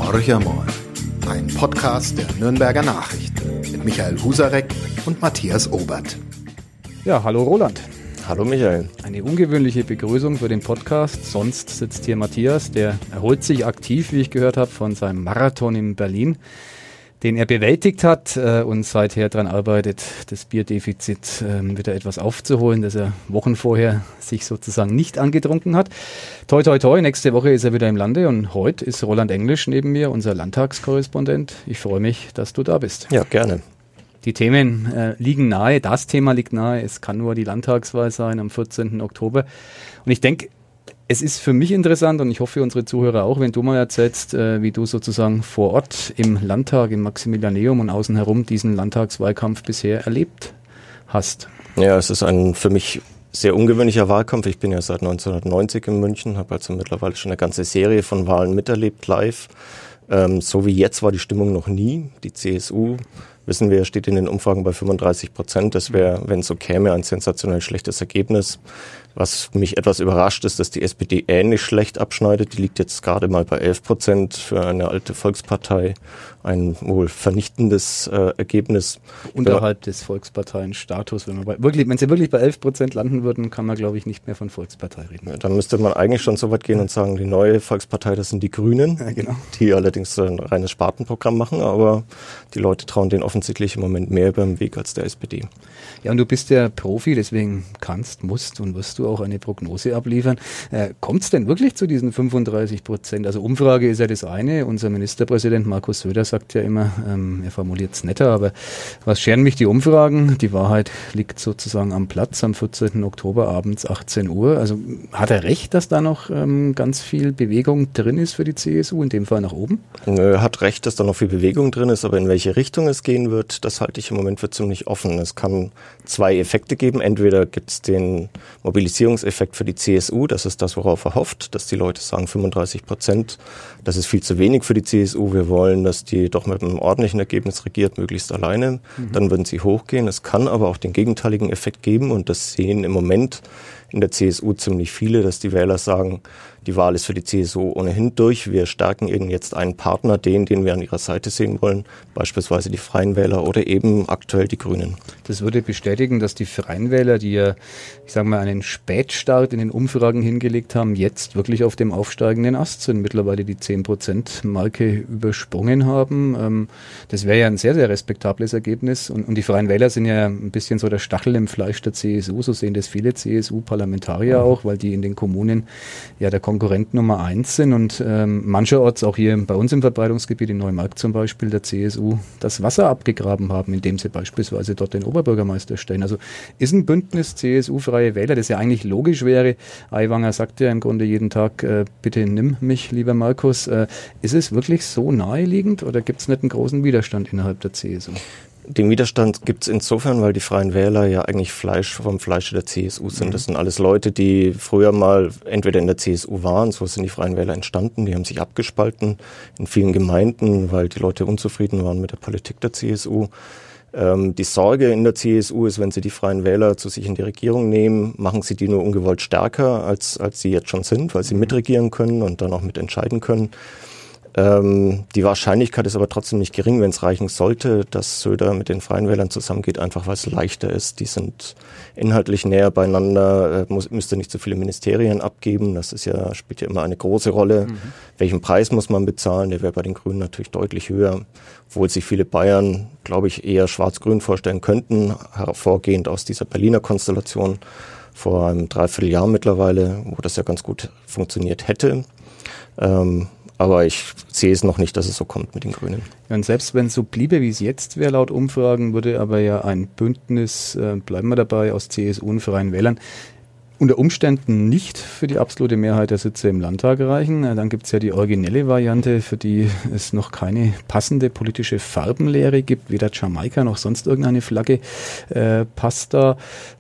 Horcher mal, ein Podcast der Nürnberger Nachrichten mit Michael Husarek und Matthias Obert. Ja, hallo Roland. Hallo Michael. Eine ungewöhnliche Begrüßung für den Podcast. Sonst sitzt hier Matthias, der erholt sich aktiv, wie ich gehört habe, von seinem Marathon in Berlin, den er bewältigt hat und seither daran arbeitet, das Bierdefizit wieder etwas aufzuholen, das er Wochen vorher sich sozusagen nicht angetrunken hat. Toi, toi, toi, nächste Woche ist er wieder im Lande und heute ist Roland Englisch neben mir, unser Landtagskorrespondent. Ich freue mich, dass du da bist. Ja, gerne. Die Themen liegen nahe, das Thema liegt nahe, es kann nur die Landtagswahl sein am 14. Oktober. Und ich denke, es ist für mich interessant und ich hoffe für unsere Zuhörer auch, wenn du mal erzählst, wie du sozusagen vor Ort im Landtag, im Maximilianeum und außen herum diesen Landtagswahlkampf bisher erlebt hast. Ja, es ist ein für mich sehr ungewöhnlicher Wahlkampf. Ich bin ja seit 1990 in München, habe also mittlerweile schon eine ganze Serie von Wahlen miterlebt live. So wie jetzt war die Stimmung noch nie. Die CSU, wissen wir, steht in den Umfragen bei 35%. Das wäre, wenn es so käme, ein sensationell schlechtes Ergebnis. Was mich etwas überrascht ist, dass die SPD ähnlich schlecht abschneidet. Die liegt jetzt gerade mal bei 11% für eine alte Volkspartei. Ein wohl vernichtendes Ergebnis. Unterhalb des Volksparteienstatus. Wenn sie wirklich bei 11% landen würden, kann man, glaube ich, nicht mehr von Volkspartei reden. Ja, dann müsste man eigentlich schon so weit gehen und sagen, die neue Volkspartei, das sind die Grünen, ja, genau. Die allerdings ein reines Spartenprogramm machen. Aber die Leute trauen denen offensichtlich im Moment mehr über den Weg als der SPD. Ja, und du bist ja Profi, deswegen musst und wirst du auch eine Prognose abliefern. Kommt es denn wirklich zu diesen 35%? Also Umfrage ist ja das eine. Unser Ministerpräsident Markus Söder sagt ja immer, er formuliert es netter, aber was scheren mich die Umfragen? Die Wahrheit liegt sozusagen am Platz am 14. Oktober abends 18 Uhr. Also hat er recht, dass da noch ganz viel Bewegung drin ist für die CSU, in dem Fall nach oben? Er hat recht, dass da noch viel Bewegung drin ist, aber in welche Richtung es gehen wird, das halte ich im Moment für ziemlich offen. Es kann zwei Effekte geben. Entweder gibt es den Mobilisierungseffekt für die CSU, das ist das, worauf er hofft, dass die Leute sagen 35%, das ist viel zu wenig für die CSU, wir wollen, dass die doch mit einem ordentlichen Ergebnis regiert, möglichst alleine, dann würden sie hochgehen. Es kann aber auch den gegenteiligen Effekt geben und das sehen im Moment in der CSU ziemlich viele, dass die Wähler sagen, die Wahl ist für die CSU ohnehin durch. Wir stärken ihnen jetzt einen Partner, den wir an ihrer Seite sehen wollen, beispielsweise die Freien Wähler oder eben aktuell die Grünen. Das würde bestätigen, dass die Freien Wähler, die ja, ich sage mal, einen Spätstart in den Umfragen hingelegt haben, jetzt wirklich auf dem aufsteigenden Ast sind, mittlerweile die 10%-Marke übersprungen haben. Das wäre ja ein sehr, sehr respektables Ergebnis. Und die Freien Wähler sind ja ein bisschen so der Stachel im Fleisch der CSU, so sehen das viele CSU-Parlamentarier auch, weil die in den Kommunen ja der Konkurrent Nummer 1 sind und mancherorts auch hier bei uns im Verbreitungsgebiet in Neumarkt zum Beispiel der CSU das Wasser abgegraben haben, indem sie beispielsweise dort den Oberbürgermeister stellen. Also ist ein Bündnis CSU-freie Wähler, das ja eigentlich logisch wäre. Aiwanger sagt ja im Grunde jeden Tag, bitte nimm mich, lieber Markus. Ist es wirklich so naheliegend oder gibt es nicht einen großen Widerstand innerhalb der CSU? Den Widerstand gibt es insofern, weil die Freien Wähler ja eigentlich Fleisch vom Fleische der CSU sind. Das sind alles Leute, die früher mal entweder in der CSU waren, so sind die Freien Wähler entstanden, die haben sich abgespalten in vielen Gemeinden, weil die Leute unzufrieden waren mit der Politik der CSU. Die Sorge in der CSU ist, wenn sie die Freien Wähler zu sich in die Regierung nehmen, machen sie die nur ungewollt stärker, als sie jetzt schon sind, weil sie mitregieren können und dann auch mitentscheiden können. Die Wahrscheinlichkeit ist aber trotzdem nicht gering, wenn es reichen sollte, dass Söder mit den Freien Wählern zusammengeht, einfach weil es leichter ist. Die sind inhaltlich näher beieinander, müsste nicht so viele Ministerien abgeben. Das spielt ja immer eine große Rolle. Welchen Preis muss man bezahlen? Der wäre bei den Grünen natürlich deutlich höher, obwohl sich viele Bayern, glaube ich, eher schwarz-grün vorstellen könnten, hervorgehend aus dieser Berliner Konstellation vor einem Dreivierteljahr mittlerweile, wo das ja ganz gut funktioniert hätte. Aber ich sehe es noch nicht, dass es so kommt mit den Grünen. Ja, und selbst wenn es so bliebe, wie es jetzt wäre, laut Umfragen, würde aber ja ein Bündnis, bleiben wir dabei, aus CSU und Freien Wählern, unter Umständen nicht für die absolute Mehrheit der Sitze im Landtag reichen. Dann gibt es ja die originelle Variante, für die es noch keine passende politische Farbenlehre gibt, weder Jamaika noch sonst irgendeine Flagge passt da.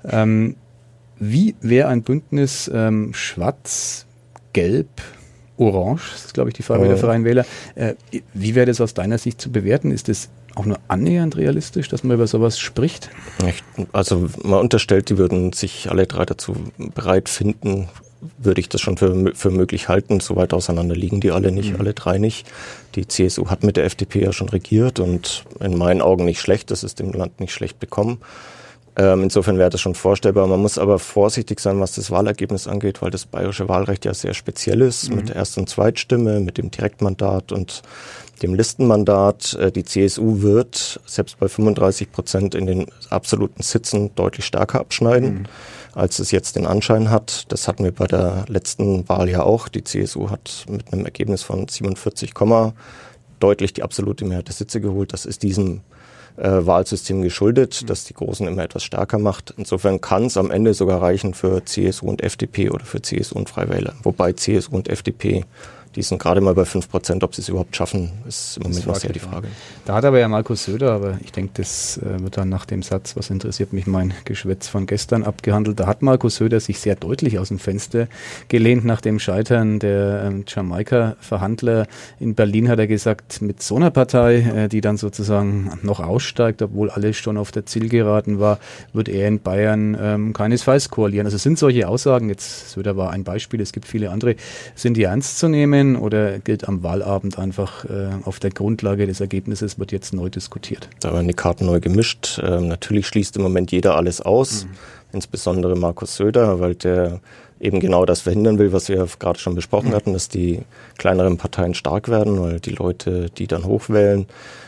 Wie wäre ein Bündnis schwarz, gelb, orange, das ist, glaube ich, die Farbe der Freien Wähler. Wie wäre das aus deiner Sicht zu bewerten? Ist das auch nur annähernd realistisch, dass man über sowas spricht? Also man unterstellt, die würden sich alle drei dazu bereit finden, würde ich das schon für möglich halten. So weit auseinander liegen die alle nicht, alle drei nicht. Die CSU hat mit der FDP ja schon regiert und in meinen Augen nicht schlecht. Das ist dem Land nicht schlecht bekommen. Insofern wäre das schon vorstellbar. Man muss aber vorsichtig sein, was das Wahlergebnis angeht, weil das bayerische Wahlrecht ja sehr speziell ist, mit der Erst- und Zweitstimme, mit dem Direktmandat und dem Listenmandat. Die CSU wird selbst bei 35% in den absoluten Sitzen deutlich stärker abschneiden, als es jetzt den Anschein hat. Das hatten wir bei der letzten Wahl ja auch. Die CSU hat mit einem Ergebnis von 47, deutlich die absolute Mehrheit der Sitze geholt. Das ist diesem Wahlsystem geschuldet, das die Großen immer etwas stärker macht. Insofern kann es am Ende sogar reichen für CSU und FDP oder für CSU und Freie Wähler. Wobei CSU und FDP, die sind gerade mal bei 5%. Ob sie es überhaupt schaffen, ist im Moment noch sehr die Frage. Da hat aber ja Markus Söder, aber ich denke, das wird dann nach dem Satz, was interessiert mich, mein Geschwätz von gestern abgehandelt. Da hat Markus Söder sich sehr deutlich aus dem Fenster gelehnt nach dem Scheitern der Jamaika-Verhandler. In Berlin hat er gesagt, mit so einer Partei, die dann sozusagen noch aussteigt, obwohl alles schon auf der Zielgeraden war, wird er in Bayern keinesfalls koalieren. Also sind solche Aussagen, jetzt Söder war ein Beispiel, es gibt viele andere, sind die ernst zu nehmen? Oder gilt am Wahlabend einfach auf der Grundlage des Ergebnisses, wird jetzt neu diskutiert? Da werden die Karten neu gemischt. Natürlich schließt im Moment jeder alles aus, insbesondere Markus Söder, weil der eben genau das verhindern will, was wir gerade schon besprochen hatten, dass die kleineren Parteien stark werden, weil die Leute, die dann hochwählen,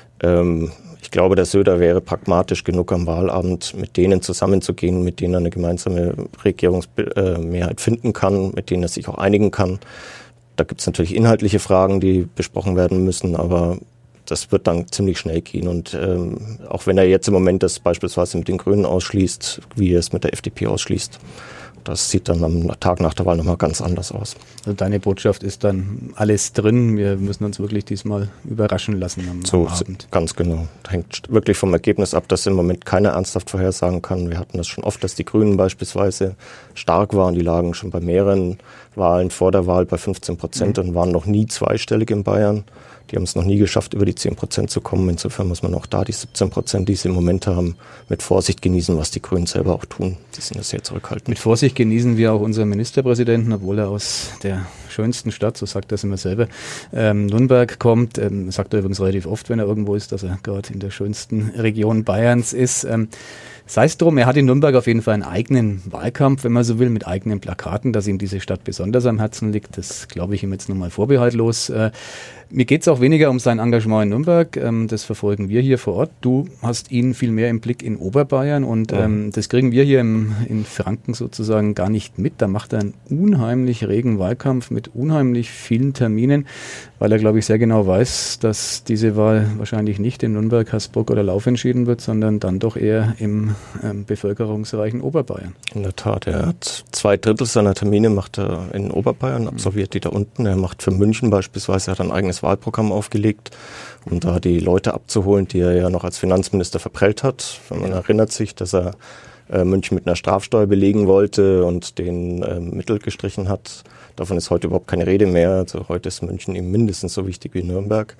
ich glaube, der Söder wäre pragmatisch genug am Wahlabend, mit denen zusammenzugehen, mit denen er eine gemeinsame Regierungsmehrheit finden kann, mit denen er sich auch einigen kann. Da gibt es natürlich inhaltliche Fragen, die besprochen werden müssen, aber das wird dann ziemlich schnell gehen. Und auch wenn er jetzt im Moment das beispielsweise mit den Grünen ausschließt, wie er es mit der FDP ausschließt, das sieht dann am Tag nach der Wahl nochmal ganz anders aus. Also deine Botschaft ist dann alles drin. Wir müssen uns wirklich diesmal überraschen lassen am Abend. Ganz genau. Hängt wirklich vom Ergebnis ab, dass im Moment keiner ernsthaft vorhersagen kann. Wir hatten das schon oft, dass die Grünen beispielsweise stark waren. Die lagen schon bei mehreren Wahlen vor der Wahl bei 15% und waren noch nie zweistellig in Bayern. Die haben es noch nie geschafft, über die 10% zu kommen. Insofern muss man auch da die 17%, die sie im Moment haben, mit Vorsicht genießen, was die Grünen selber auch tun. Die sind ja sehr zurückhaltend. Mit Vorsicht genießen wir auch unseren Ministerpräsidenten, obwohl er aus der schönsten Stadt, so sagt er es immer selber, Nürnberg kommt. Sagt er übrigens relativ oft, wenn er irgendwo ist, dass er gerade in der schönsten Region Bayerns ist. Sei es drum, er hat in Nürnberg auf jeden Fall einen eigenen Wahlkampf, wenn man so will, mit eigenen Plakaten, dass ihm diese Stadt besonders am Herzen liegt. Das glaube ich ihm jetzt nochmal vorbehaltlos. Mir geht es auch weniger um sein Engagement in Nürnberg, das verfolgen wir hier vor Ort. Du hast ihn viel mehr im Blick in Oberbayern und das kriegen wir hier in Franken sozusagen gar nicht mit. Da macht er einen unheimlich regen Wahlkampf mit unheimlich vielen Terminen, weil er, glaube ich, sehr genau weiß, dass diese Wahl wahrscheinlich nicht in Nürnberg, Hasbrook oder Lauf entschieden wird, sondern dann doch eher im bevölkerungsreichen Oberbayern. In der Tat, er hat 2/3 seiner Termine macht er in Oberbayern, absolviert die da unten. Er macht für München beispielsweise, hat ein eigenes Wahlprogramm aufgelegt, um da die Leute abzuholen, die er ja noch als Finanzminister verprellt hat. Man erinnert sich, dass er München mit einer Strafsteuer belegen wollte und den Mittel gestrichen hat. Davon ist heute überhaupt keine Rede mehr. Also heute ist München ihm mindestens so wichtig wie Nürnberg.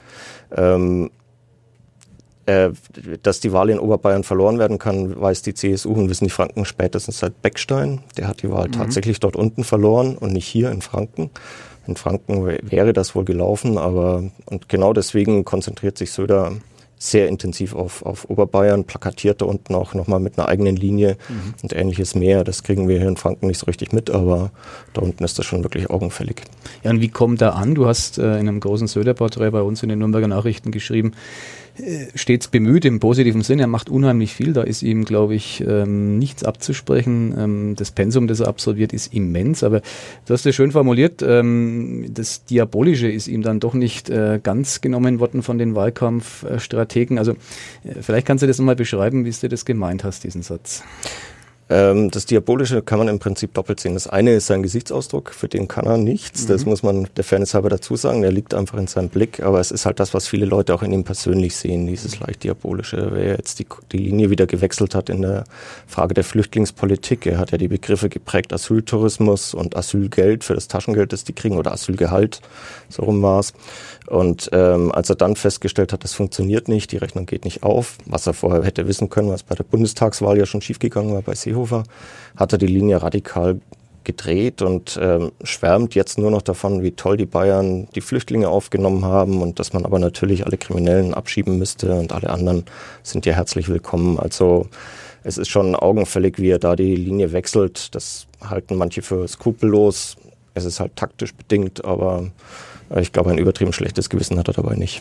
Dass die Wahl in Oberbayern verloren werden kann, weiß die CSU und wissen die Franken spätestens seit Beckstein. Der hat die Wahl tatsächlich dort unten verloren und nicht hier in Franken. In Franken wäre das wohl gelaufen, und genau deswegen konzentriert sich Söder sehr intensiv auf Oberbayern, plakatiert da unten auch nochmal mit einer eigenen Linie und ähnliches mehr. Das kriegen wir hier in Franken nicht so richtig mit, aber da unten ist das schon wirklich augenfällig. Ja, und wie kommt er an? Du hast in einem großen Söder-Porträt bei uns in den Nürnberger Nachrichten geschrieben, stets bemüht im positiven Sinn, er macht unheimlich viel, da ist ihm, glaube ich, nichts abzusprechen. Das Pensum, das er absolviert, ist immens, aber du hast es schön formuliert, das Diabolische ist ihm dann doch nicht ganz genommen worden von den Wahlkampfstrategen. Also vielleicht kannst du das nochmal beschreiben, wie du das gemeint hast, diesen Satz. Das Diabolische kann man im Prinzip doppelt sehen. Das eine ist sein Gesichtsausdruck, für den kann er nichts. Das muss man der Fairness halber dazu sagen. Der liegt einfach in seinem Blick, aber es ist halt das, was viele Leute auch in ihm persönlich sehen, dieses leicht Diabolische. Wer jetzt die Linie wieder gewechselt hat in der Frage der Flüchtlingspolitik, er hat ja die Begriffe geprägt, Asyltourismus und Asylgeld für das Taschengeld, das die kriegen, oder Asylgehalt, so rum war es. Und als er dann festgestellt hat, das funktioniert nicht, die Rechnung geht nicht auf, was er vorher hätte wissen können, was bei der Bundestagswahl ja schon schiefgegangen war bei Seehofer, hat er die Linie radikal gedreht und schwärmt jetzt nur noch davon, wie toll die Bayern die Flüchtlinge aufgenommen haben und dass man aber natürlich alle Kriminellen abschieben müsste und alle anderen sind ja herzlich willkommen. Also es ist schon augenfällig, wie er da die Linie wechselt. Das halten manche für skrupellos. Es ist halt taktisch bedingt, aber ich glaube, ein übertrieben schlechtes Gewissen hat er dabei nicht.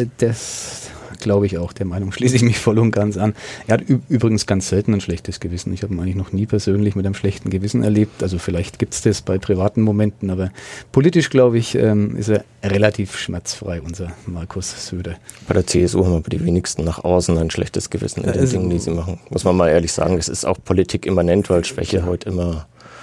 Das glaube ich auch, der Meinung schließe ich mich voll und ganz an. Er hat übrigens ganz selten ein schlechtes Gewissen. Ich habe ihn eigentlich noch nie persönlich mit einem schlechten Gewissen erlebt. Also vielleicht gibt es das bei privaten Momenten, aber politisch, glaube ich, ist er relativ schmerzfrei, unser Markus Söder. Bei der CSU haben aber die wenigsten nach außen ein schlechtes Gewissen in den Dingen, die sie machen. Muss man mal ehrlich sagen, es ist auch politikimmanent, weil Schwäche heute immer...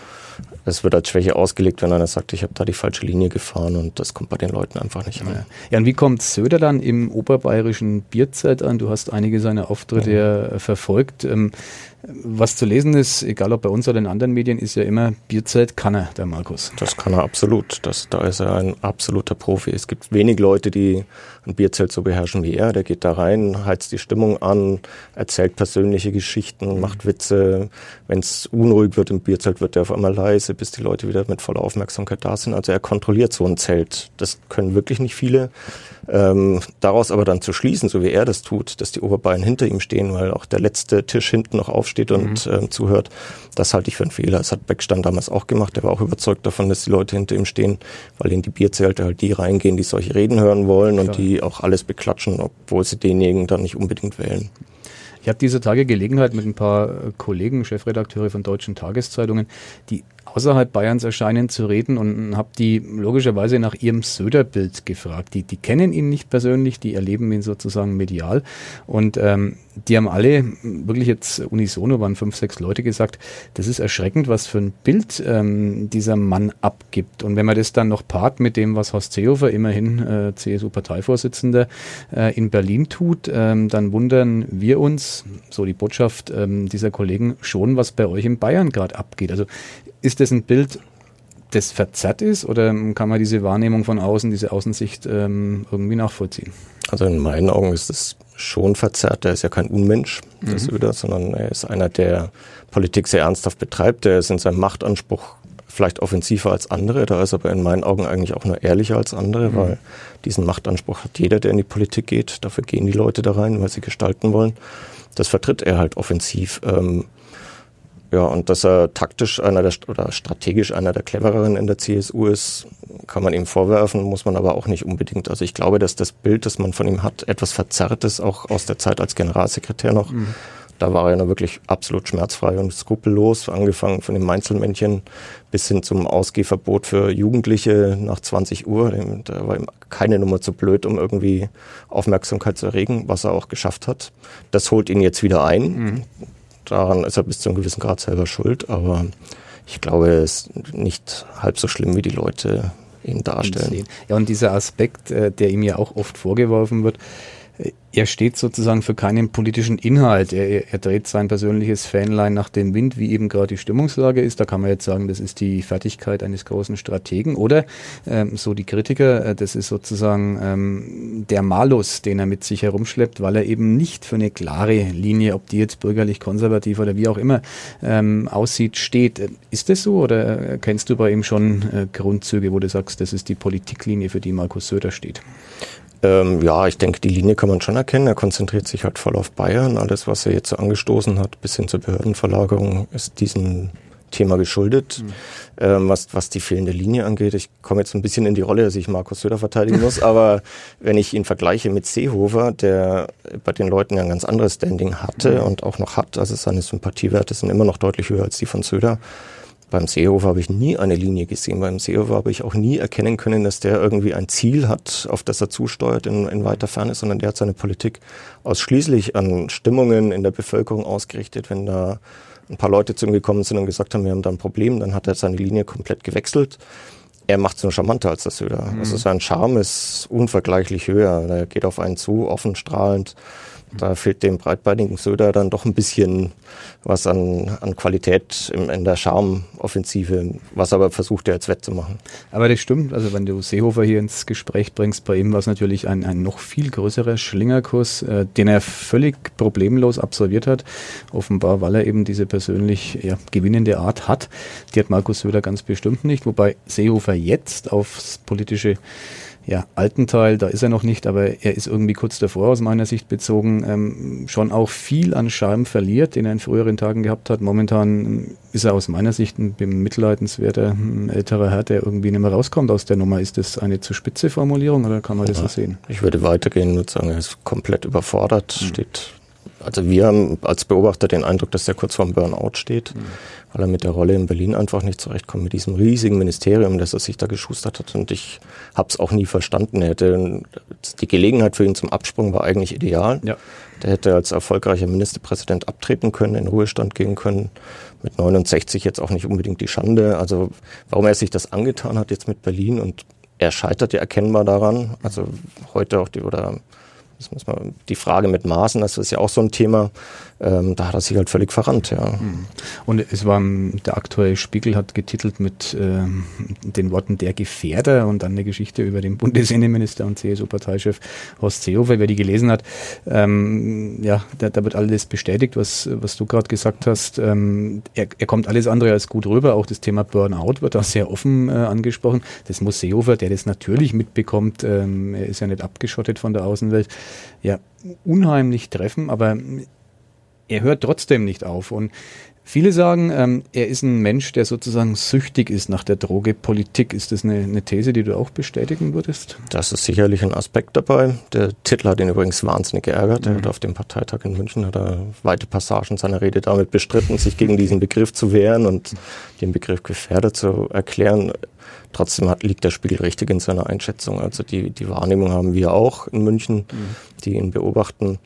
Es wird als Schwäche ausgelegt, wenn einer sagt, ich habe da die falsche Linie gefahren und das kommt bei den Leuten einfach nicht an. Ja, und wie kommt Söder dann im oberbayerischen Bierzelt an? Du hast einige seiner Auftritte verfolgt. Was zu lesen ist, egal ob bei uns oder in anderen Medien, ist ja immer, Bierzelt kann er, der Markus. Das kann er absolut. Da ist er ein absoluter Profi. Es gibt wenig Leute, die ein Bierzelt so beherrschen wie er. Der geht da rein, heizt die Stimmung an, erzählt persönliche Geschichten, macht Witze. Wenn es unruhig wird im Bierzelt, wird er auf einmal leise, bis die Leute wieder mit voller Aufmerksamkeit da sind. Also er kontrolliert so ein Zelt. Das können wirklich nicht viele. Daraus aber dann zu schließen, so wie er das tut, dass die Oberbayern hinter ihm stehen, weil auch der letzte Tisch hinten noch aufsteht und zuhört, das halte ich für einen Fehler. Das hat Beckstein damals auch gemacht. Der war auch überzeugt davon, dass die Leute hinter ihm stehen, weil in die Bierzelte halt die reingehen, die solche Reden hören wollen und die auch alles beklatschen, obwohl sie denjenigen dann nicht unbedingt wählen. Ich hatte diese Tage Gelegenheit mit ein paar Kollegen, Chefredakteure von deutschen Tageszeitungen, die außerhalb Bayerns erscheinen, zu reden und habe die logischerweise nach ihrem Söder-Bild gefragt. Die kennen ihn nicht persönlich, die erleben ihn sozusagen medial und die haben alle wirklich jetzt unisono, waren 5, 6 Leute gesagt, das ist erschreckend, was für ein Bild dieser Mann abgibt. Und wenn man das dann noch paart mit dem, was Horst Seehofer, immerhin CSU-Parteivorsitzender, in Berlin tut, dann wundern wir uns, so die Botschaft dieser Kollegen, schon, was bei euch in Bayern gerade abgeht. Also ist das ein Bild, das verzerrt ist oder kann man diese Wahrnehmung von außen, diese Außensicht irgendwie nachvollziehen? Also in meinen Augen ist es schon verzerrt. Er ist ja kein Unmensch, der Söder, sondern er ist einer, der Politik sehr ernsthaft betreibt. Der ist in seinem Machtanspruch vielleicht offensiver als andere. Da ist aber in meinen Augen eigentlich auch nur ehrlicher als andere, weil diesen Machtanspruch hat jeder, der in die Politik geht. Dafür gehen die Leute da rein, weil sie gestalten wollen. Das vertritt er halt offensiv. Ja, und dass er taktisch oder strategisch einer der clevereren in der CSU ist, kann man ihm vorwerfen, muss man aber auch nicht unbedingt. Also ich glaube, dass das Bild, das man von ihm hat, etwas verzerrt ist, auch aus der Zeit als Generalsekretär noch. Da war er noch wirklich absolut schmerzfrei und skrupellos, angefangen von dem Mainzelmännchen bis hin zum Ausgehverbot für Jugendliche nach 20 Uhr. Da war ihm keine Nummer zu blöd, um irgendwie Aufmerksamkeit zu erregen, was er auch geschafft hat. Das holt ihn jetzt wieder ein. Daran ist er bis zu einem gewissen Grad selber schuld, aber ich glaube, es ist nicht halb so schlimm, wie die Leute ihn darstellen. Ja, und dieser Aspekt, der ihm ja auch oft vorgeworfen wird, er steht sozusagen für keinen politischen Inhalt. Er dreht sein persönliches Fähnlein nach dem Wind, wie eben gerade die Stimmungslage ist. Da kann man jetzt sagen, das ist die Fertigkeit eines großen Strategen. Oder, so die Kritiker, das ist sozusagen der Malus, den er mit sich herumschleppt, weil er eben nicht für eine klare Linie, ob die jetzt bürgerlich-konservativ oder wie auch immer aussieht, steht. Ist das so oder kennst du bei ihm schon Grundzüge, wo du sagst, das ist die Politiklinie, für die Markus Söder steht? Ja, ich denke, die Linie kann man schon erkennen. Er konzentriert sich halt voll auf Bayern. Alles, was er jetzt so angestoßen hat, bis hin zur Behördenverlagerung, ist diesem Thema geschuldet. Was die fehlende Linie angeht, ich komme jetzt ein bisschen in die Rolle, dass ich Markus Söder verteidigen muss, aber wenn ich ihn vergleiche mit Seehofer, der bei den Leuten ja ein ganz anderes Standing hatte und auch noch hat, also seine Sympathiewerte sind immer noch deutlich höher als die von Söder. Beim Seehofer habe ich nie eine Linie gesehen. Beim Seehofer habe ich auch nie erkennen können, dass der irgendwie ein Ziel hat, auf das er zusteuert in weiter Ferne, sondern der hat seine Politik ausschließlich an Stimmungen in der Bevölkerung ausgerichtet. Wenn da ein paar Leute zu ihm gekommen sind und gesagt haben, wir haben da ein Problem, dann hat er seine Linie komplett gewechselt. Er macht es nur charmanter als der Söder. Also sein Charme ist unvergleichlich höher. Er geht auf einen zu, offen, strahlend. Da fehlt dem breitbeinigen Söder dann doch ein bisschen was an Qualität in der Charme-Offensive, was aber versucht er jetzt wettzumachen. Aber das stimmt, also wenn du Seehofer hier ins Gespräch bringst, bei ihm war es natürlich ein noch viel größerer Schlingerkurs, den er völlig problemlos absolviert hat, offenbar, weil er eben diese persönlich gewinnende Art hat. Die hat Markus Söder ganz bestimmt nicht, wobei Seehofer jetzt aufs politische alten Teil, da ist er noch nicht, aber er ist irgendwie kurz davor aus meiner Sicht bezogen, schon auch viel an Charme verliert, den er in früheren Tagen gehabt hat. Momentan ist er aus meiner Sicht ein bemitleidenswerter älterer Herr, der irgendwie nicht mehr rauskommt aus der Nummer. Ist das eine zu spitze Formulierung oder kann man das so sehen? Ich würde weitergehen und sagen, er ist komplett überfordert, Also wir haben als Beobachter den Eindruck, dass er kurz vorm Burnout steht, weil er mit der Rolle in Berlin einfach nicht zurechtkommt, mit diesem riesigen Ministerium, das er sich da geschustert hat. Und ich habe es auch nie verstanden. Die Gelegenheit für ihn zum Absprung war eigentlich ideal. Ja. Der hätte als erfolgreicher Ministerpräsident abtreten können, in Ruhestand gehen können. Mit 69 jetzt auch nicht unbedingt die Schande. Also warum er sich das angetan hat jetzt mit Berlin, und er scheitert ja erkennbar daran. Also heute auch das muss man, die Frage mit Maßen, das ist ja auch so ein Thema, da hat er sich halt völlig verrannt, ja. Und es war, der aktuelle Spiegel hat getitelt mit den Worten der Gefährder und dann eine Geschichte über den Bundesinnenminister und CSU-Parteichef Horst Seehofer. Wer die gelesen hat, da wird alles bestätigt, was du gerade gesagt hast. Er kommt alles andere als gut rüber, auch das Thema Burnout wird da sehr offen angesprochen. Das muss Seehofer, der das natürlich mitbekommt, er ist ja nicht abgeschottet von der Außenwelt, unheimlich treffen, aber er hört trotzdem nicht auf. Und viele sagen, er ist ein Mensch, der sozusagen süchtig ist nach der Droge Politik. Ist das eine These, die du auch bestätigen würdest? Das ist sicherlich ein Aspekt dabei. Der Titler hat ihn übrigens wahnsinnig geärgert. Er hat auf dem Parteitag in München weite Passagen seiner Rede damit bestritten, sich gegen diesen Begriff zu wehren und den Begriff Gefährder zu erklären. Trotzdem liegt der Spiegel richtig in seiner Einschätzung. Also die Wahrnehmung haben wir auch in München, die ihn beobachten.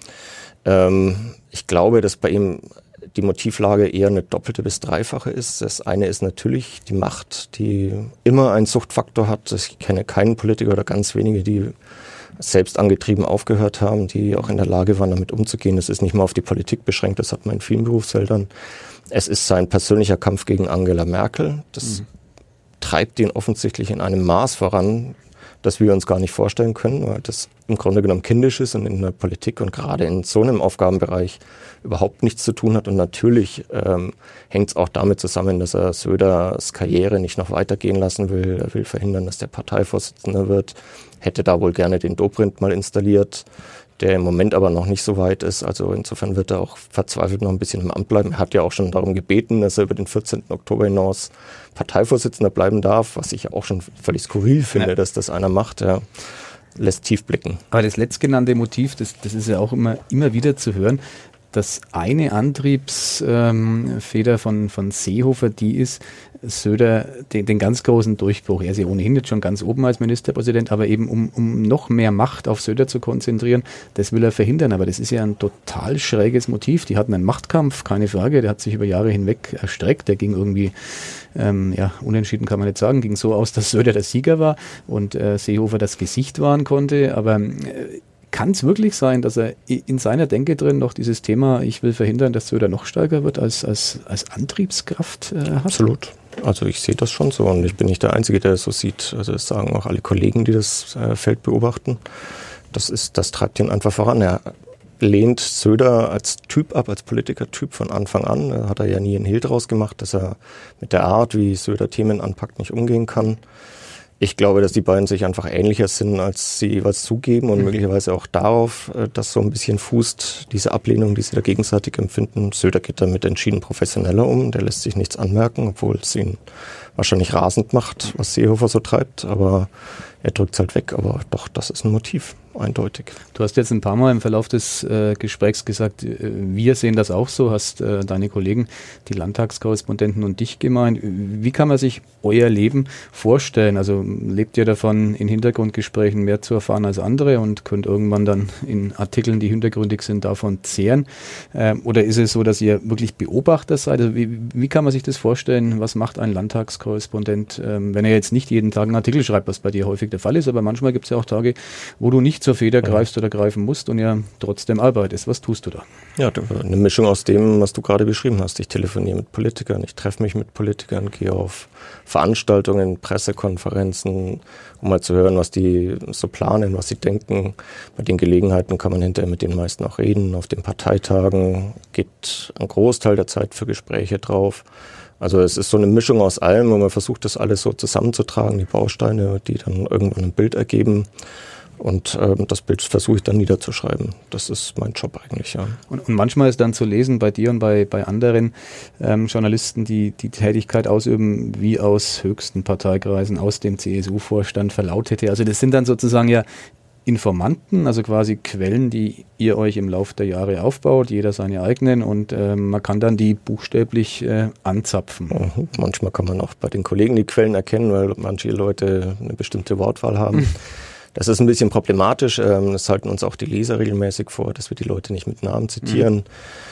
Ich glaube, dass bei ihm die Motivlage eher eine doppelte bis dreifache ist. Das eine ist natürlich die Macht, die immer einen Suchtfaktor hat. Ich kenne keinen Politiker oder ganz wenige, die selbst angetrieben aufgehört haben, die auch in der Lage waren, damit umzugehen. Das ist nicht mal auf die Politik beschränkt, das hat man in vielen Berufsfeldern. Es ist sein persönlicher Kampf gegen Angela Merkel. Das treibt ihn offensichtlich in einem Maß voran, das wir uns gar nicht vorstellen können, weil das im Grunde genommen kindisch ist und in der Politik und gerade in so einem Aufgabenbereich überhaupt nichts zu tun hat. Und natürlich hängt es auch damit zusammen, dass er Söders Karriere nicht noch weitergehen lassen will. Er will verhindern, dass der Parteivorsitzender wird. Hätte da wohl gerne den Dobrindt mal installiert, der im Moment aber noch nicht so weit ist. Also insofern wird er auch verzweifelt noch ein bisschen im Amt bleiben. Er hat ja auch schon darum gebeten, dass er über den 14. Oktober hinaus Parteivorsitzender bleiben darf, was ich auch schon völlig skurril finde, dass das einer macht. Ja. Lässt tief blicken. Aber das letztgenannte Motiv, das ist ja auch immer wieder zu hören, dass eine Antriebsfeder von Seehofer die ist, Söder den ganz großen Durchbruch. Er ist ja ohnehin jetzt schon ganz oben als Ministerpräsident, aber eben um noch mehr Macht auf Söder zu konzentrieren, das will er verhindern. Aber das ist ja ein total schräges Motiv. Die hatten einen Machtkampf, keine Frage. Der hat sich über Jahre hinweg erstreckt. Der ging irgendwie, unentschieden kann man nicht sagen, ging so aus, dass Söder der Sieger war und Seehofer das Gesicht wahren konnte. Aber kann es wirklich sein, dass er in seiner Denke drin noch dieses Thema, ich will verhindern, dass Söder noch stärker wird, als Antriebskraft hat? Absolut. Also ich sehe das schon so und ich bin nicht der Einzige, der das so sieht. Also das sagen auch alle Kollegen, die das Feld beobachten. Das treibt ihn einfach voran. Er lehnt Söder als Typ ab, als Politikertyp von Anfang an. Da hat er ja nie einen Hehl draus gemacht, dass er mit der Art, wie Söder Themen anpackt, nicht umgehen kann. Ich glaube, dass die beiden sich einfach ähnlicher sind, als sie jeweils zugeben und möglicherweise auch darauf, dass so ein bisschen fußt, diese Ablehnung, die sie da gegenseitig empfinden. Söder geht damit entschieden professioneller um, der lässt sich nichts anmerken, obwohl es ihn wahrscheinlich rasend macht, was Seehofer so treibt, aber er drückt es halt weg, aber doch, das ist ein Motiv, eindeutig. Du hast jetzt ein paar Mal im Verlauf des Gesprächs gesagt, wir sehen das auch so, hast deine Kollegen, die Landtagskorrespondenten und dich gemeint. Wie kann man sich euer Leben vorstellen? Also lebt ihr davon, in Hintergrundgesprächen mehr zu erfahren als andere und könnt irgendwann dann in Artikeln, die hintergründig sind, davon zehren? Oder ist es so, dass ihr wirklich Beobachter seid? Also wie kann man sich das vorstellen? Was macht ein Landtagskorrespondent, wenn er jetzt nicht jeden Tag einen Artikel schreibt, was bei dir häufig der Fall ist, aber manchmal gibt es ja auch Tage, wo du nicht zur Feder greifst oder greifen musst und ja trotzdem arbeitest. Was tust du da? Ja, eine Mischung aus dem, was du gerade beschrieben hast. Ich telefoniere mit Politikern, ich treffe mich mit Politikern, gehe auf Veranstaltungen, Pressekonferenzen, um mal zu hören, was die so planen, was sie denken. Bei den Gelegenheiten kann man hinterher mit den meisten auch reden. Auf den Parteitagen geht ein Großteil der Zeit für Gespräche drauf. Also es ist so eine Mischung aus allem und man versucht das alles so zusammenzutragen, die Bausteine, die dann irgendwann ein Bild ergeben. Und das Bild versuche ich dann niederzuschreiben. Das ist mein Job eigentlich, ja. Und manchmal ist dann zu lesen bei dir und bei anderen Journalisten, die Tätigkeit ausüben, wie aus höchsten Parteikreisen, aus dem CSU-Vorstand verlautete. Also das sind dann sozusagen ja Informanten, also quasi Quellen, die ihr euch im Laufe der Jahre aufbaut, jeder seine eigenen und man kann dann die buchstäblich anzapfen. Manchmal kann man auch bei den Kollegen die Quellen erkennen, weil manche Leute eine bestimmte Wortwahl haben. Das ist ein bisschen problematisch. Das halten uns auch die Leser regelmäßig vor, dass wir die Leute nicht mit Namen zitieren.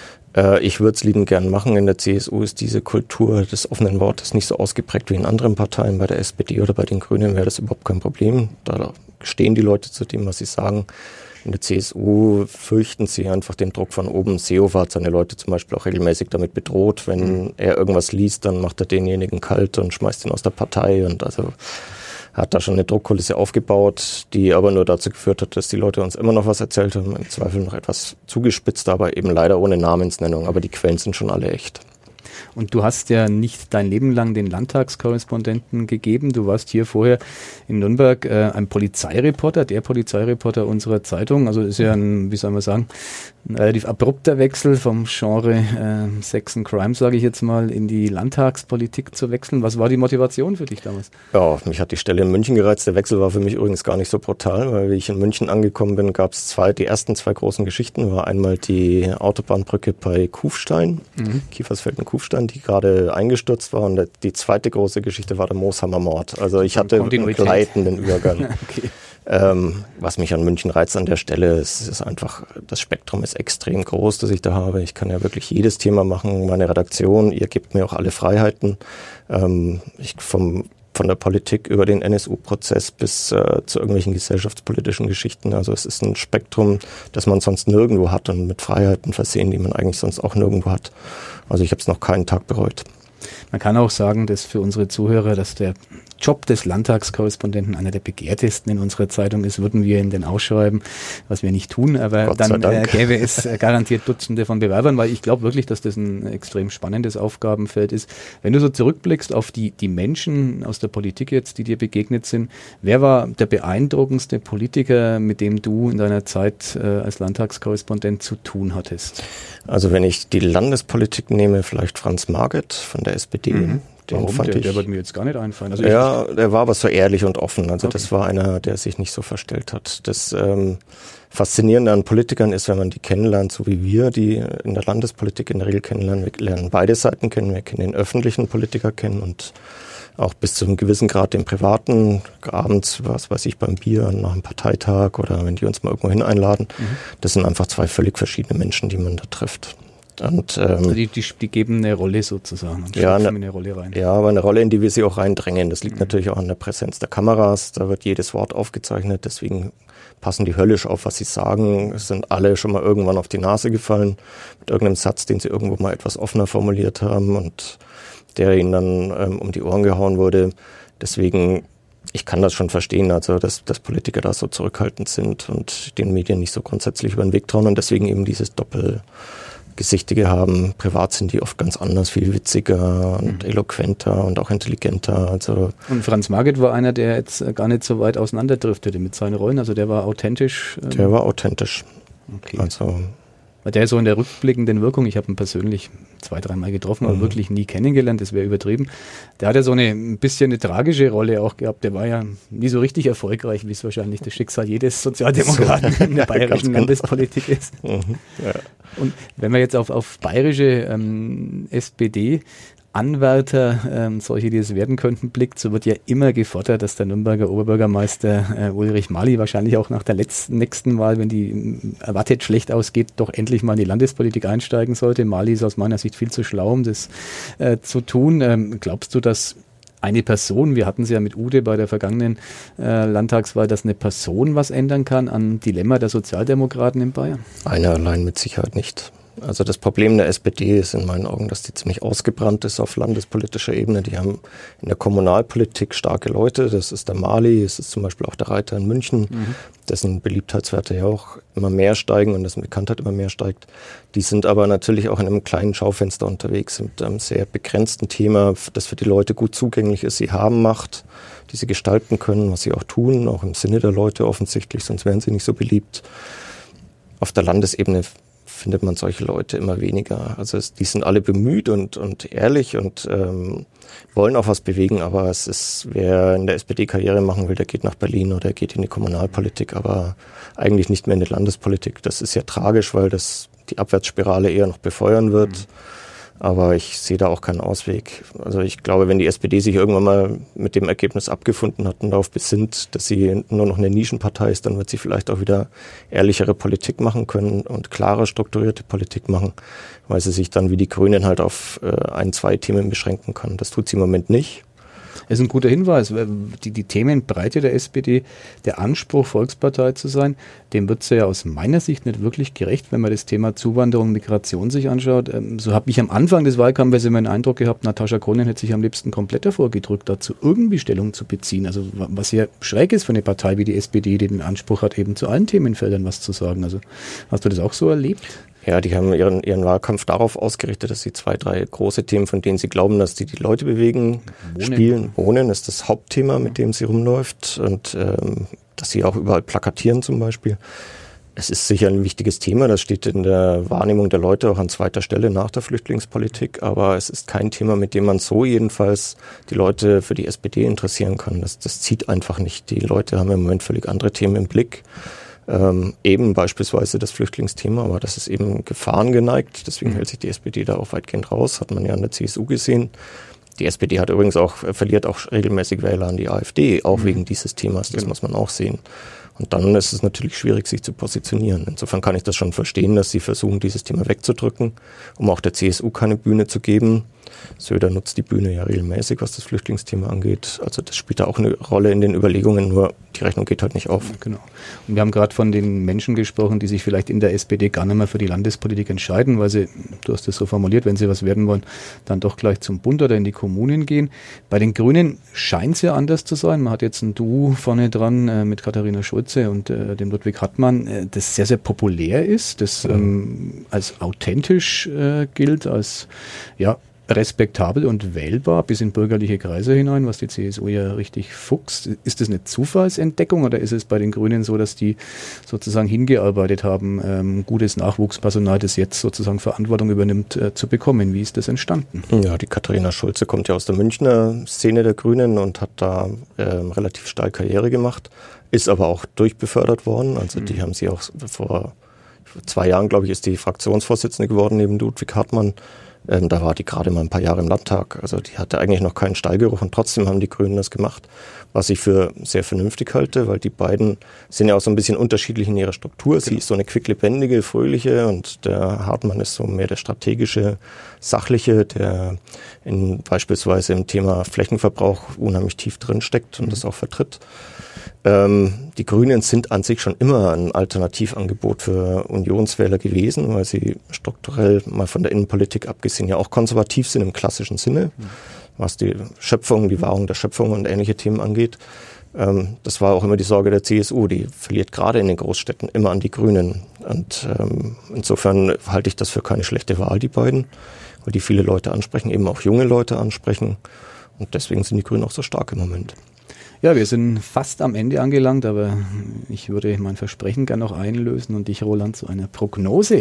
Ich würde es liebend gern machen. In der CSU ist diese Kultur des offenen Wortes nicht so ausgeprägt wie in anderen Parteien. Bei der SPD oder bei den Grünen wäre das überhaupt kein Problem. Da stehen die Leute zu dem, was sie sagen. In der CSU fürchten sie einfach den Druck von oben. Seehofer hat seine Leute zum Beispiel auch regelmäßig damit bedroht. Wenn er irgendwas liest, dann macht er denjenigen kalt und schmeißt ihn aus der Partei. Und also hat da schon eine Druckkulisse aufgebaut, die aber nur dazu geführt hat, dass die Leute uns immer noch was erzählt haben, im Zweifel noch etwas zugespitzt, aber eben leider ohne Namensnennung. Aber die Quellen sind schon alle echt. Und du hast ja nicht dein Leben lang den Landtagskorrespondenten gegeben. Du warst hier vorher in Nürnberg ein Polizeireporter, der Polizeireporter unserer Zeitung. Also ist ja ein, wie soll man sagen, ein relativ abrupter Wechsel vom Genre Sex and Crime, sage ich jetzt mal, in die Landtagspolitik zu wechseln. Was war die Motivation für dich damals? Ja, mich hat die Stelle in München gereizt. Der Wechsel war für mich übrigens gar nicht so brutal, weil wie ich in München angekommen bin, gab es die ersten zwei großen Geschichten. War einmal die Autobahnbrücke bei Kufstein, Kiefersfelden Kufstein, die gerade eingestürzt war. Und die zweite große Geschichte war der Mooshammer Mord. Also ich hatte einen gleitenden Übergang. Okay. Was mich an München reizt an der Stelle, ist einfach, das Spektrum ist extrem groß, das ich da habe. Ich kann ja wirklich jedes Thema machen. Meine Redaktion, ihr gebt mir auch alle Freiheiten. Von der Politik über den NSU-Prozess bis zu irgendwelchen gesellschaftspolitischen Geschichten. Also es ist ein Spektrum, das man sonst nirgendwo hat und mit Freiheiten versehen, die man eigentlich sonst auch nirgendwo hat. Also ich habe es noch keinen Tag bereut. Man kann auch sagen, dass für unsere Zuhörer, dass der Job des Landtagskorrespondenten einer der begehrtesten in unserer Zeitung ist, würden wir ihn denn ausschreiben, was wir nicht tun, aber dann gäbe es garantiert Dutzende von Bewerbern, weil ich glaube wirklich, dass das ein extrem spannendes Aufgabenfeld ist. Wenn du so zurückblickst auf die Menschen aus der Politik jetzt, die dir begegnet sind, wer war der beeindruckendste Politiker, mit dem du in deiner Zeit als Landtagskorrespondent zu tun hattest? Also wenn ich die Landespolitik nehme, vielleicht Franz Marget von der SPD. Warum? Der wird mir jetzt gar nicht einfallen. Also ja, der war aber so ehrlich und offen. Also das war einer, der sich nicht so verstellt hat. Das Faszinierende an Politikern ist, wenn man die kennenlernt, so wie wir, die in der Landespolitik in der Regel kennenlernen. Wir lernen beide Seiten kennen. Wir kennen den öffentlichen Politiker kennen und auch bis zu einem gewissen Grad den privaten. Abends, was weiß ich, beim Bier, nach einem Parteitag oder wenn die uns mal irgendwo hin einladen. Das sind einfach zwei völlig verschiedene Menschen, die man da trifft. Und, also die geben eine Rolle sozusagen und schlüpfen in eine Rolle rein. Ja, aber eine Rolle, in die wir sie auch reindrängen. Das liegt natürlich auch an der Präsenz der Kameras. Da wird jedes Wort aufgezeichnet. Deswegen passen die höllisch auf, was sie sagen. Es sind alle schon mal irgendwann auf die Nase gefallen mit irgendeinem Satz, den sie irgendwo mal etwas offener formuliert haben und der ihnen dann um die Ohren gehauen wurde. Deswegen, ich kann das schon verstehen, also dass Politiker da so zurückhaltend sind und den Medien nicht so grundsätzlich über den Weg trauen und deswegen eben dieses Doppelgesichtige haben. Privat sind die oft ganz anders, viel witziger und eloquenter und auch intelligenter. Also und Franz Marget war einer, der jetzt gar nicht so weit auseinanderdriftete mit seinen Rollen, also der war authentisch. Der war authentisch. Okay. Also der so in der rückblickenden Wirkung, ich habe ihn persönlich 2-3 Mal getroffen, aber wirklich nie kennengelernt, das wäre übertrieben. Der hat ja so ein bisschen eine tragische Rolle auch gehabt. Der war ja nie so richtig erfolgreich, wie es wahrscheinlich das Schicksal jedes Sozialdemokraten in der bayerischen Landespolitik ist. Ja. Und wenn wir jetzt auf bayerische SPD Anwärter, solche, die es werden könnten, blickt, so wird ja immer gefordert, dass der Nürnberger Oberbürgermeister Ulrich Mali wahrscheinlich auch nach der nächsten Wahl, wenn die erwartet schlecht ausgeht, doch endlich mal in die Landespolitik einsteigen sollte. Mali ist aus meiner Sicht viel zu schlau, um das zu tun. Glaubst du, dass eine Person, wir hatten es ja mit Ute bei der vergangenen Landtagswahl, dass eine Person was ändern kann am Dilemma der Sozialdemokraten in Bayern? Eine allein mit Sicherheit nicht. Also das Problem der SPD ist in meinen Augen, dass die ziemlich ausgebrannt ist auf landespolitischer Ebene. Die haben in der Kommunalpolitik starke Leute. Das ist der Mali, es ist zum Beispiel auch der Reiter in München, dessen Beliebtheitswerte ja auch immer mehr steigen und dessen Bekanntheit immer mehr steigt. Die sind aber natürlich auch in einem kleinen Schaufenster unterwegs, mit einem sehr begrenzten Thema, das für die Leute gut zugänglich ist. Sie haben Macht, die sie gestalten können, was sie auch tun, auch im Sinne der Leute offensichtlich, sonst wären sie nicht so beliebt. Auf der Landesebene findet man solche Leute immer weniger. Also die sind alle bemüht und ehrlich und wollen auch was bewegen, aber es ist, wer in der SPD Karriere machen will, der geht nach Berlin oder geht in die Kommunalpolitik, aber eigentlich nicht mehr in die Landespolitik. Das ist ja tragisch, weil das die Abwärtsspirale eher noch befeuern wird. Aber ich sehe da auch keinen Ausweg. Also ich glaube, wenn die SPD sich irgendwann mal mit dem Ergebnis abgefunden hat und darauf besinnt, dass sie nur noch eine Nischenpartei ist, dann wird sie vielleicht auch wieder ehrlichere Politik machen können und klarer strukturierte Politik machen, weil sie sich dann wie die Grünen halt auf 1-2 Themen beschränken kann. Das tut sie im Moment nicht. Das ist ein guter Hinweis. Die Themenbreite der SPD, der Anspruch, Volkspartei zu sein, dem wird sie ja aus meiner Sicht nicht wirklich gerecht, wenn man das Thema Zuwanderung, Migration sich anschaut. So habe ich am Anfang des Wahlkampfes immer den Eindruck gehabt, Natascha Kronen hätte sich am liebsten komplett davor gedrückt, dazu irgendwie Stellung zu beziehen. Also was ja schräg ist für eine Partei wie die SPD, die den Anspruch hat, eben zu allen Themenfeldern was zu sagen. Also hast du das auch so erlebt? Ja, die haben ihren Wahlkampf darauf ausgerichtet, dass sie 2-3 große Themen, von denen sie glauben, dass die Leute bewegen, spielen. Wohnen ist das Hauptthema, mit dem sie rumläuft und dass sie auch überall plakatieren zum Beispiel. Es ist sicher ein wichtiges Thema, das steht in der Wahrnehmung der Leute auch an zweiter Stelle nach der Flüchtlingspolitik, aber es ist kein Thema, mit dem man so jedenfalls die Leute für die SPD interessieren kann. Das zieht einfach nicht. Die Leute haben im Moment völlig andere Themen im Blick. Eben beispielsweise das Flüchtlingsthema, aber das ist eben Gefahren geneigt. Deswegen hält sich die SPD da auch weitgehend raus, hat man ja an der CSU gesehen. Die SPD hat übrigens verliert auch regelmäßig Wähler an die AfD, auch wegen dieses Themas, das muss man auch sehen. Und dann ist es natürlich schwierig, sich zu positionieren. Insofern kann ich das schon verstehen, dass sie versuchen, dieses Thema wegzudrücken, um auch der CSU keine Bühne zu geben. Söder nutzt die Bühne ja regelmäßig, was das Flüchtlingsthema angeht. Also das spielt da auch eine Rolle in den Überlegungen, nur die Rechnung geht halt nicht auf. Genau. Und wir haben gerade von den Menschen gesprochen, die sich vielleicht in der SPD gar nicht mehr für die Landespolitik entscheiden, weil sie, du hast das so formuliert, wenn sie was werden wollen, dann doch gleich zum Bund oder in die Kommunen gehen. Bei den Grünen scheint es ja anders zu sein. Man hat jetzt ein Duo vorne dran mit Katharina Schulze und dem Ludwig Hartmann, das sehr, sehr populär ist, das als authentisch gilt, als respektabel und wählbar bis in bürgerliche Kreise hinein, was die CSU ja richtig fuchst. Ist das eine Zufallsentdeckung oder ist es bei den Grünen so, dass die sozusagen hingearbeitet haben, gutes Nachwuchspersonal, das jetzt sozusagen Verantwortung übernimmt, zu bekommen? Wie ist das entstanden? Ja, die Katharina Schulze kommt ja aus der Münchner Szene der Grünen und hat da relativ steil Karriere gemacht, ist aber auch durchbefördert worden. Also die haben sie auch vor 2 Jahren, glaube ich, ist die Fraktionsvorsitzende geworden neben Ludwig Hartmann. Da war die gerade mal ein paar Jahre im Landtag. Also die hatte eigentlich noch keinen Stallgeruch und trotzdem haben die Grünen das gemacht, was ich für sehr vernünftig halte, weil die beiden sind ja auch so ein bisschen unterschiedlich in ihrer Struktur. Genau. Sie ist so eine quicklebendige, fröhliche und der Hartmann ist so mehr der strategische, sachliche, der beispielsweise im Thema Flächenverbrauch unheimlich tief drin steckt und das auch vertritt. Die Grünen sind an sich schon immer ein Alternativangebot für Unionswähler gewesen, weil sie strukturell mal von der Innenpolitik abgesehen ja auch konservativ sind im klassischen Sinne, was die Schöpfung, die Wahrung der Schöpfung und ähnliche Themen angeht. Das war auch immer die Sorge der CSU, die verliert gerade in den Großstädten immer an die Grünen. Und insofern halte ich das für keine schlechte Wahl, die beiden, weil die viele Leute ansprechen, eben auch junge Leute ansprechen. Und deswegen sind die Grünen auch so stark im Moment. Ja, wir sind fast am Ende angelangt, aber ich würde mein Versprechen gerne noch einlösen und dich, Roland, zu einer Prognose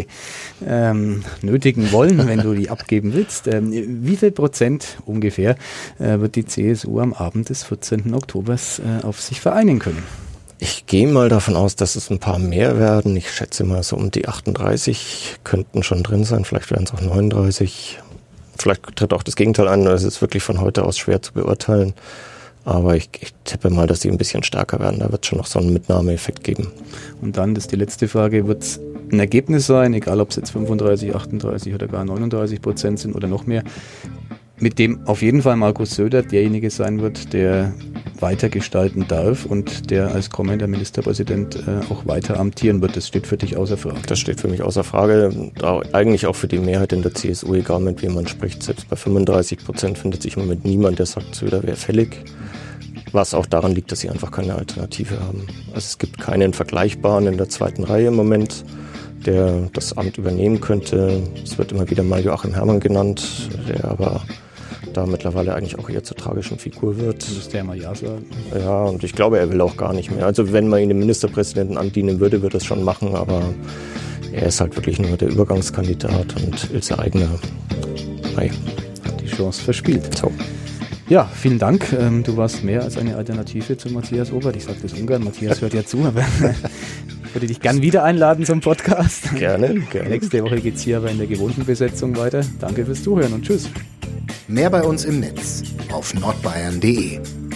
nötigen wollen, wenn du die abgeben willst. Wie viel Prozent ungefähr wird die CSU am Abend des 14. Oktobers auf sich vereinigen können? Ich gehe mal davon aus, dass es ein paar mehr werden. Ich schätze mal so um die 38 könnten schon drin sein, vielleicht werden es auch 39. Vielleicht tritt auch das Gegenteil ein, das ist wirklich von heute aus schwer zu beurteilen. Aber ich tippe mal, dass sie ein bisschen stärker werden. Da wird es schon noch so einen Mitnahmeeffekt geben. Und dann, das ist die letzte Frage, wird es ein Ergebnis sein, egal ob es jetzt 35, 38 oder gar 39% sind oder noch mehr. mit dem auf jeden Fall Markus Söder derjenige sein wird, der weiter gestalten darf und der als kommender Ministerpräsident auch weiter amtieren wird. Das steht für dich außer Frage. Das steht für mich außer Frage. Eigentlich auch für die Mehrheit in der CSU, egal mit wem man spricht. Selbst bei 35% findet sich im Moment niemand, der sagt, Söder wäre fällig. Was auch daran liegt, dass sie einfach keine Alternative haben. Also es gibt keinen Vergleichbaren in der zweiten Reihe im Moment, der das Amt übernehmen könnte. Es wird immer wieder mal Joachim Herrmann genannt, der aber da mittlerweile eigentlich auch eher zur tragischen Figur wird. Muss der mal ja sagen. Ja, und ich glaube, er will auch gar nicht mehr. Also wenn man ihn den Ministerpräsidenten andienen würde, würde er es schon machen, aber er ist halt wirklich nur der Übergangskandidat und Ilse Aigner hat die Chance verspielt. So. Ja, vielen Dank. Du warst mehr als eine Alternative zu Matthias Obert. Ich sage das ungern, Matthias hört ja zu, aber ich würde dich gern wieder einladen zum Podcast. Gerne. Nächste Woche geht es hier aber in der gewohnten Besetzung weiter. Danke fürs Zuhören und tschüss. Mehr bei uns im Netz auf nordbayern.de.